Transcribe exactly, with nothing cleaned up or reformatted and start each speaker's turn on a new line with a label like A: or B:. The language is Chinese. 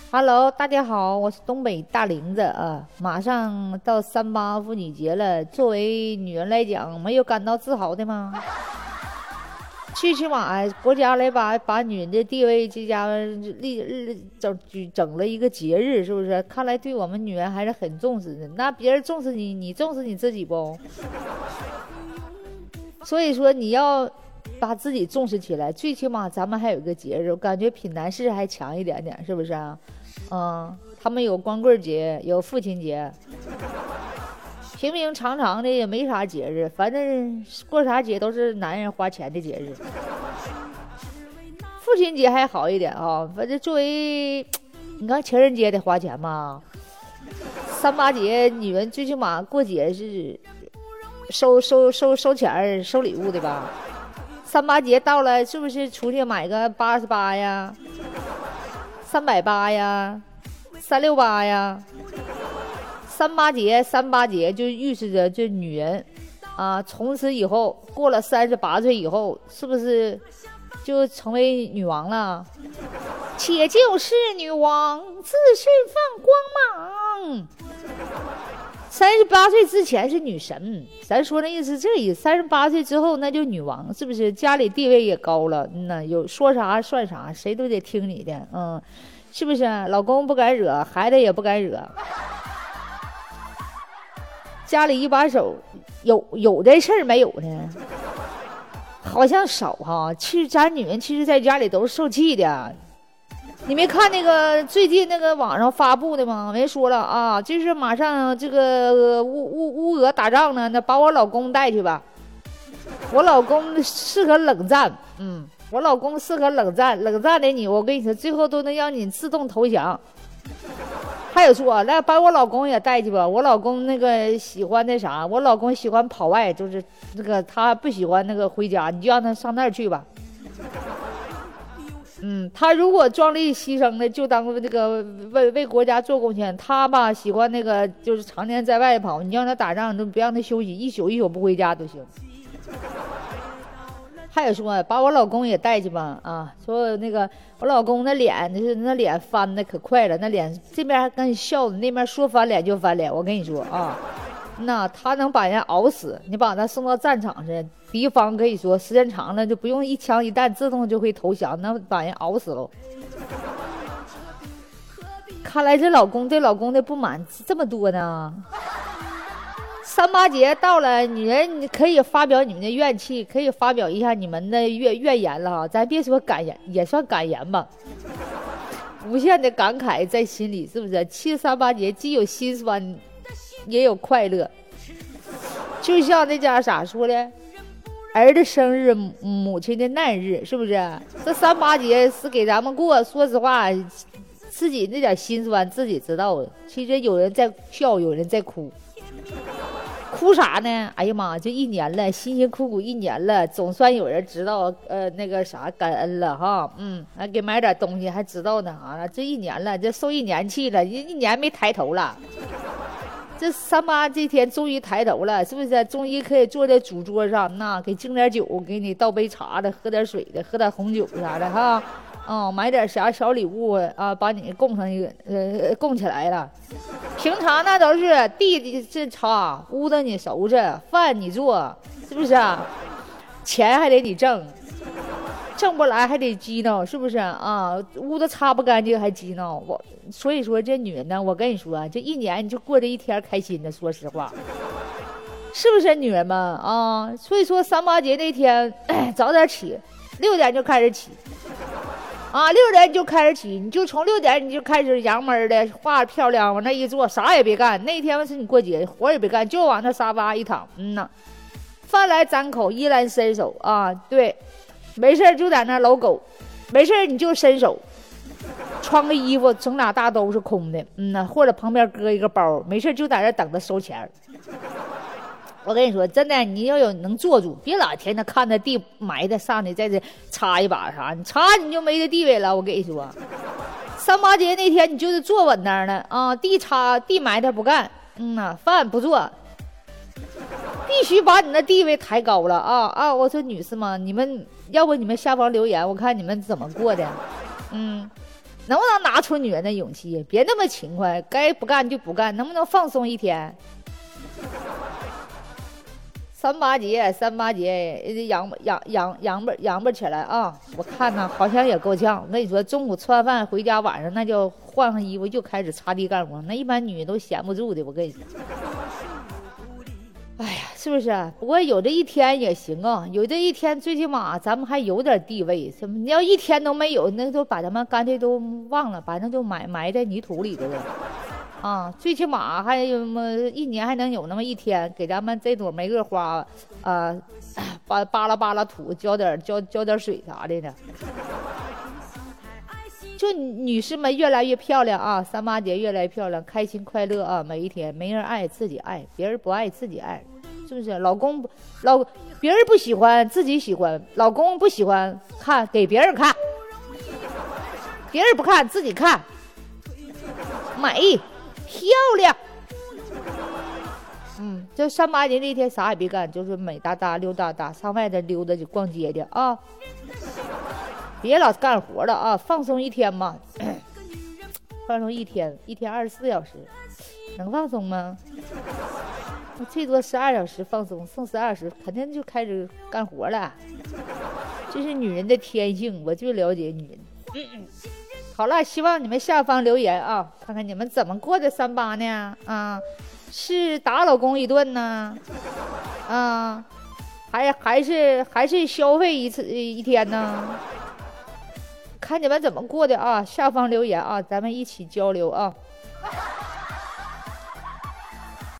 A: Hello，大家好，我是东北大玲子啊。马上到三八妇女节了，作为女人来讲，没有感到自豪的吗？最起码国家来把把女人的地位这家立立整整了一个节日，是不是？看来对我们女人还是很重视的。那别人重视你，你重视你自己不？所以说你要把自己重视起来，最起码咱们还有一个节日，我感觉比男士还强一点点，是不是啊？嗯，他们有光棍节，有父亲节，平平常常的也没啥节日，反正过啥节都是男人花钱的节日。父亲节还好一点啊，反正作为你看情人节得花钱嘛，三八节女人最起码过节是收收收收钱收礼物的吧？三八节到了，是不是出去买个八十八呀？三百八呀，三六八呀，三八节，三八节就预示着这女人啊，从此以后过了三十八岁以后，是不是就成为女王了？且就是女王，自身放光芒。三十八岁之前是女神，咱说的意思是这意思。三十八岁之后那就女王，是不是？家里地位也高了，嗯呐，有说啥算啥，谁都得听你的，嗯，是不是？老公不敢惹，孩子也不敢惹，家里一把手，有有这事儿没有呢？好像少哈。其实咱女人其实在家里都是受气的。你没看那个最近那个网上发布的吗？没说了啊，就是马上这个乌乌乌俄打仗呢，那把我老公带去吧。我老公适合冷战，嗯，我老公适合冷战，冷战的你，我跟你说，最后都能让你自动投降。还有说，来把我老公也带去吧。我老公那个喜欢那啥，我老公喜欢跑外，就是那个他不喜欢那个回家，你就让他上那儿去吧。嗯，他如果壮烈牺牲的，就当这个为为国家做贡献。他吧喜欢那个，就是常年在外跑，你让他打仗，都不让他休息，一宿一宿不回家都行。还有说把我老公也带去吧，啊，说那个我老公那脸，就是那脸翻的可快了，那脸这边还跟你笑的，那边说翻脸就翻脸。我跟你说啊，那他能把人熬死，你把他送到战场上，敌方可以说时间长了就不用一枪一弹，自动就会投降，那把人熬死了。看来这老公对老公的不满这么多呢。三八节到了，女人可以发表你们的怨气，可以发表一下你们的怨怨言了哈。咱别说感言，也算感言吧。无限的感慨在心里，是不是？七十三八节既有心酸，也有快乐。就像那家啥说的，儿的生日，母亲的难日，是不是？这三八节是给咱们过，说实话，自己那点心酸自己知道。其实有人在笑，有人在哭。哭啥呢？哎呀妈，这一年了，辛辛苦苦一年了，总算有人知道呃那个啥感恩了哈。嗯，还给买点东西，还知道呢啊。这一年了，这受一年气了，一一年没抬头了。这三八这天终于抬头了，是不是？终于可以坐在主桌上，那给敬点酒，给你倒杯茶的，喝点水的，喝点红酒啥的哈。哦，买点啥小礼物啊，把你供上一个呃供起来了。平常那都是地这擦，屋子你收拾，饭你做，是不是啊？钱还得你挣，挣不来还得激闹，是不是啊？屋子擦不干净还激闹。我所以说这女人呢，我跟你说，这一年你就过这一天开心的，说实话，是不是女人们啊？所以说三八节那天，哎，早点起，六点就开始起。啊，六点就开始起，你就从六点你就开始洋门的画漂亮，往那一坐，啥也别干。那天是你过节，活也别干，就往那沙发一躺，嗯呐，饭来张口，衣来伸手啊，对，没事就在那搂狗，没事你就伸手，穿个衣服，整俩大兜是空的，嗯呐，或者旁边搁一个包，没事就在那等着收钱。我跟你说，真的，你要有能坐住，别老天天看着地埋汰，上去在这插一把啥，你插你就没这地位了。我跟你说，三八节那天你就是坐稳当了啊，地插地埋汰不干，嗯呐，饭不做，必须把你的地位抬高了啊啊！我说女士们，你们要不你们下方留言，我看你们怎么过的，嗯。 能不能拿出女人的勇气？别那么勤快，该不干就不干，能不能放松一天？三八节，三八节，养养养养吧养吧起来啊！我看呢，好像也够呛。我跟你说，中午吃完饭回家，晚上那就换上衣服，就开始擦地干活。那一般女人都闲不住的，我跟你说。哎呀，是不是？不过有这一天也行啊，有这一天，最起码咱们还有点地位。什么？你要一天都没有，那就把咱们干脆都忘了，反正就埋埋在泥土里头了。啊，最起码还有么一年还能有那么一天，给咱们这朵玫瑰花，啊，扒扒拉扒拉土，浇点浇浇点水啥的呢。就女士们越来越漂亮啊，三八节越来越漂亮，开心快乐啊，每一天没人爱自己爱，别人不爱自己爱，是不是？老公老别人不喜欢自己喜欢，老公不喜欢看给别人看，别人不看自己看，美。漂亮，嗯，这三八节那天啥也别干，就是美哒哒溜达达上外头溜达去逛街去啊，别老干活了啊，放松一天嘛，放松一天，一天二十四小时，能放松吗？最多十二小时放松，剩十二小时肯定就开始干活了，这是女人的天性，我最了解女人。嗯嗯好了，希望你们下方留言啊，看看你们怎么过的三八呢？啊，是打老公一顿呢？啊，还还是还是消费一次一天呢？看你们怎么过的啊，下方留言啊，咱们一起交流啊。